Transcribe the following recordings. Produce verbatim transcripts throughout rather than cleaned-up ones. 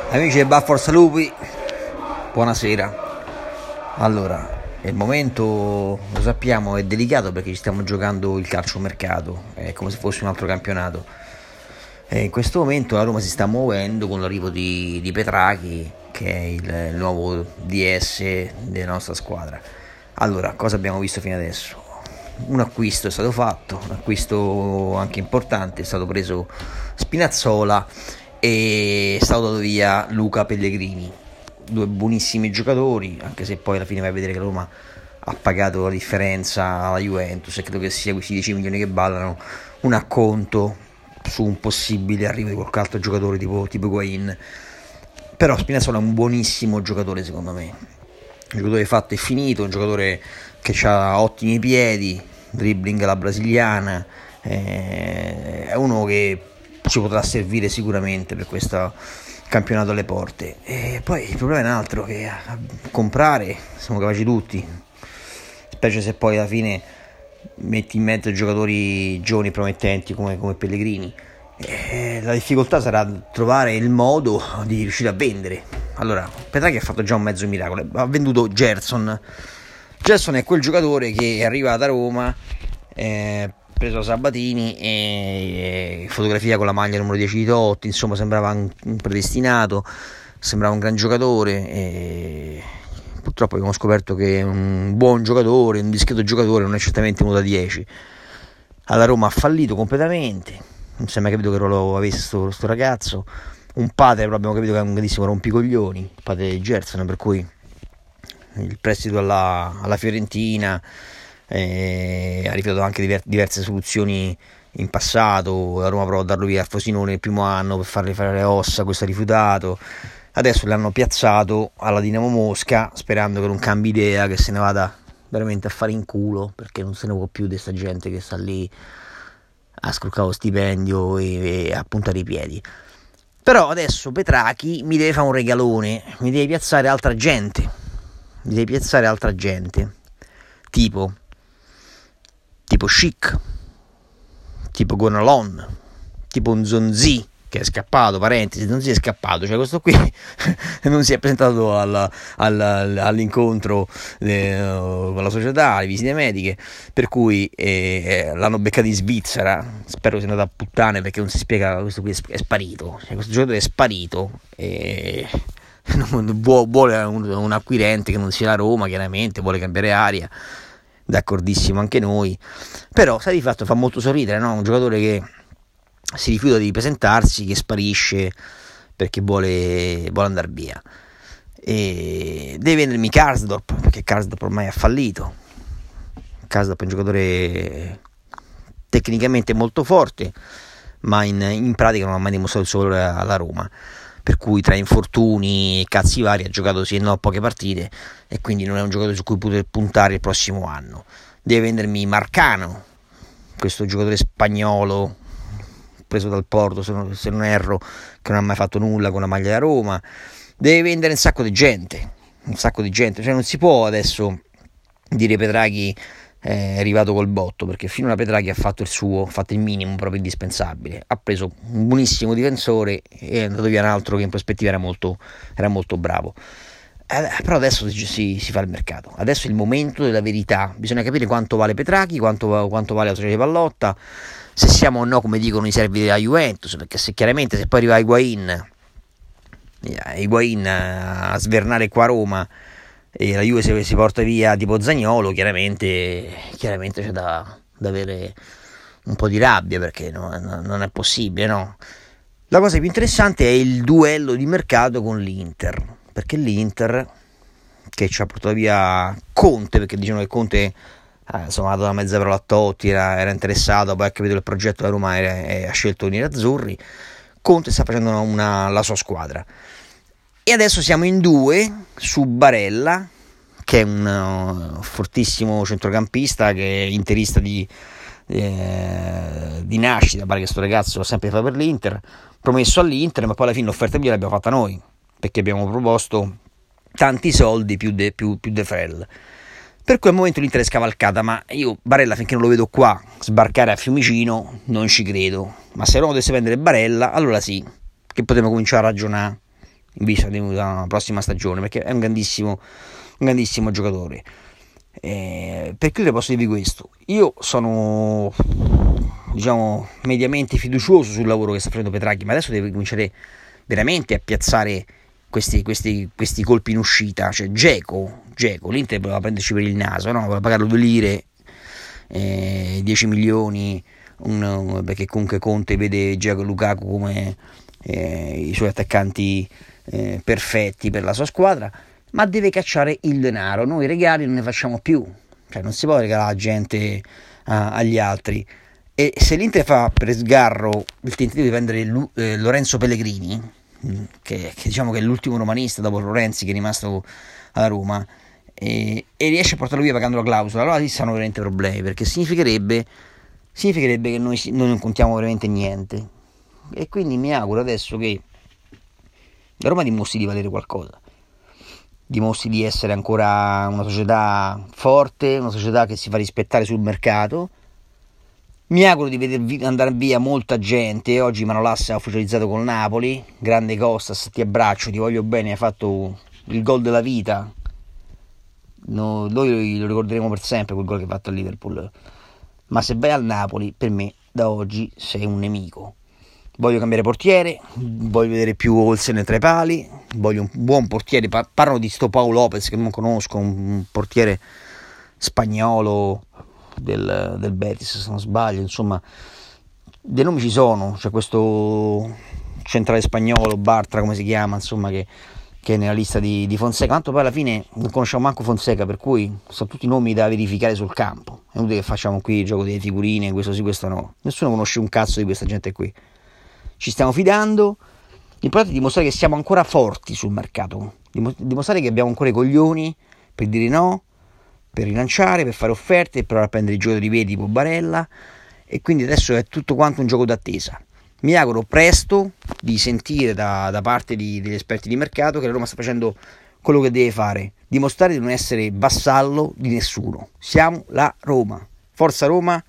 Amici del Bar Forza Lupi, buonasera. Allora, il momento, lo sappiamo, è delicato perché ci stiamo giocando il calciomercato, è come se fosse un altro campionato. E in questo momento la Roma si sta muovendo con l'arrivo di, di Petrachi, che è il, il nuovo D S della nostra squadra. Allora, cosa abbiamo visto fino adesso? Un acquisto è stato fatto, un acquisto anche importante, è stato preso Spinazzola e è stato dato via Luca Pellegrini, due buonissimi giocatori, anche se poi alla fine vai a vedere che la Roma ha pagato la differenza alla Juventus e credo che sia questi dieci milioni che ballano un acconto su un possibile arrivo di qualche altro giocatore tipo, tipo Higuain. Però Spinazzola è un buonissimo giocatore, secondo me, un giocatore fatto e finito, un giocatore che ha ottimi piedi, dribbling alla brasiliana, eh, è uno che ci potrà servire sicuramente per questo campionato alle porte. E poi il problema è un altro, che a comprare siamo capaci tutti, specie se poi alla fine metti in mezzo giocatori giovani promettenti come, come Pellegrini. E la difficoltà sarà trovare il modo di riuscire a vendere. Allora, Petrachi ha fatto già un mezzo miracolo, ha venduto Gerson. Gerson è quel giocatore che è arrivato a Roma, eh, preso da Sabatini, e, e fotografia con la maglia numero dieci di Totti, insomma sembrava un, un predestinato, sembrava un gran giocatore, e purtroppo abbiamo scoperto che è un buon giocatore, un discreto giocatore, non è certamente uno da dieci. Alla Roma ha fallito completamente, non si è mai capito che ruolo avesse sto, sto ragazzo. Un padre però abbiamo capito che è un grandissimo rompicoglioni, il padre di Gerson, per cui il prestito alla, alla Fiorentina, eh, ha rifiutato anche diver- diverse soluzioni in passato. La Roma provò a darlo via al Frosinone il primo anno per farle fare le ossa, questo ha rifiutato. Adesso l'hanno piazzato alla Dinamo Mosca sperando che non cambi idea, che se ne vada veramente a fare in culo, perché non se ne può più di questa gente che sta lì a scroccare lo stipendio e, e a puntare i piedi. Però adesso Petrachi mi deve fare un regalone, mi deve piazzare altra gente, mi deve piazzare altra gente, tipo tipo Chic, tipo Gonalon, tipo un Zonzi che è scappato, parentesi, non si è scappato, cioè questo qui non si è presentato al, al, all'incontro eh, con la società, alle visite mediche, per cui eh, l'hanno beccato in Svizzera, spero sia andato a puttane perché non si spiega, questo qui è, è sparito, cioè, questo giocatore è sparito e vuole un, un acquirente che non sia la Roma, chiaramente vuole cambiare aria, d'accordissimo anche noi, però sai, di fatto fa molto sorridere, no? Un giocatore che si rifiuta di presentarsi, che sparisce perché vuole, vuole andare via, e deve vendermi Karsdorp perché Karsdorp ormai ha fallito. Karsdorp è un giocatore tecnicamente molto forte, ma in, in pratica non ha mai dimostrato il suo valore alla Roma, per cui tra infortuni e cazzi vari ha giocato sì e no poche partite e quindi non è un giocatore su cui poter puntare il prossimo anno. Deve vendermi Marcano, questo giocatore spagnolo preso dal Porto, se non, se non erro, che non ha mai fatto nulla con la maglia da Roma. Deve vendere un sacco di gente, un sacco di gente, cioè non si può adesso dire Petrachi è arrivato col botto, perché finora Petrachi ha fatto il suo, ha fatto il minimo proprio indispensabile, ha preso un buonissimo difensore e è andato via un altro che in prospettiva era molto, era molto bravo. Eh, però adesso si, si, si fa il mercato, adesso è il momento della verità, bisogna capire quanto vale Petrachi, quanto, quanto vale la società di Pallotta, se siamo o no, come dicono, i servi della Juventus, perché se chiaramente se poi arriva Higuain Higuain a svernare qua a Roma e la Juve si, si porta via tipo Zaniolo, chiaramente chiaramente c'è da, da avere un po' di rabbia, perché no, no, non è possibile, no? La cosa più interessante è il duello di mercato con l'Inter, perché l'Inter, che ci ha portato via Conte, perché dicevano che Conte eh, insomma ha dato una mezza parola a Totti, era, era interessato, poi ha capito che il progetto della Roma era, e ha scelto i nerazzurri. Conte sta facendo una, una, la sua squadra e adesso siamo in due su Barella, che è un uh, fortissimo centrocampista, che è interista di, eh, di nascita, pare che sto ragazzo lo sempre fa per l'Inter, promesso all'Inter, ma poi alla fine l'offerta migliore l'abbiamo fatta noi, perché abbiamo proposto tanti soldi più De, più, più De Frel, per cui al momento l'Inter è scavalcata, ma io Barella finché non lo vedo qua sbarcare a Fiumicino non ci credo, ma se Roma dovesse prendere Barella allora sì che potremmo cominciare a ragionare in vista della prossima stagione, perché è un grandissimo, un grandissimo giocatore. Eh, per chiudere posso dirvi questo: io sono, diciamo, mediamente fiducioso sul lavoro che sta facendo Petraghi, ma adesso deve cominciare veramente a piazzare questi, questi, questi colpi in uscita. Cioè Dzeko, Dzeko l'Inter voleva prenderci per il naso, no? Voleva pagarlo due lire, eh, dieci milioni, un, un, perché comunque Conte vede Dzeko e Lukaku come eh, i suoi attaccanti eh, perfetti per la sua squadra, ma deve cacciare il denaro. Noi i regali non ne facciamo più, cioè non si può regalare la gente a, agli altri. E se l'Inter fa per sgarro il tentativo di prendere Lu, eh, Lorenzo Pellegrini, che, che diciamo che è l'ultimo romanista dopo Lorenzi che è rimasto alla Roma, e, e riesce a portarlo via pagando la clausola, allora sì saranno veramente problemi, perché significherebbe significherebbe che noi, noi non contiamo veramente niente. E quindi mi auguro adesso che la Roma dimostri di valere qualcosa, dimostri di essere ancora una società forte, una società che si fa rispettare sul mercato. Mi auguro di veder andare via molta gente. Oggi Manolas ha ufficializzato col Napoli, grande Costas, ti abbraccio, ti voglio bene, hai fatto il gol della vita, no, noi lo ricorderemo per sempre quel gol che hai fatto a Liverpool, ma se vai al Napoli per me da oggi sei un nemico. Voglio cambiare portiere, voglio vedere più Olsen tra i pali, voglio un buon portiere. Parlano di sto Pau Lopez che non conosco, un portiere spagnolo del, del Betis se non sbaglio. Insomma, dei nomi ci sono, c'è questo centrale spagnolo, Bartra come si chiama, insomma, che, che è nella lista di, di Fonseca. Tanto poi alla fine non conosciamo manco Fonseca, per cui sono tutti nomi da verificare sul campo. È inutile che facciamo qui il gioco delle figurine, questo sì, questo no. Nessuno conosce un cazzo di questa gente qui. Ci stiamo fidando. L'importante è dimostrare che siamo ancora forti sul mercato, dimostrare che abbiamo ancora i coglioni per dire no, per rilanciare, per fare offerte, per provare a prendere i giocatori veri tipo Barella. E quindi adesso è tutto quanto un gioco d'attesa. Mi auguro presto di sentire da, da parte di, degli esperti di mercato che la Roma sta facendo quello che deve fare, dimostrare di non essere vassallo di nessuno. Siamo la Roma, forza Roma,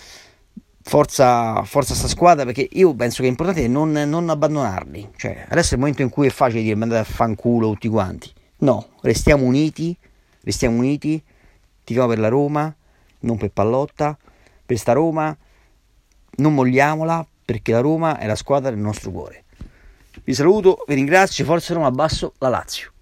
forza, forza sta squadra, perché io penso che è importante non, non abbandonarli. Cioè, adesso è il momento in cui è facile dire mandate a fanculo tutti quanti. No, restiamo uniti, restiamo uniti, tifiamo per la Roma, non per Pallotta, per sta Roma, non molliamola, perché la Roma è la squadra del nostro cuore. Vi saluto, vi ringrazio, forza Roma, abbasso la Lazio.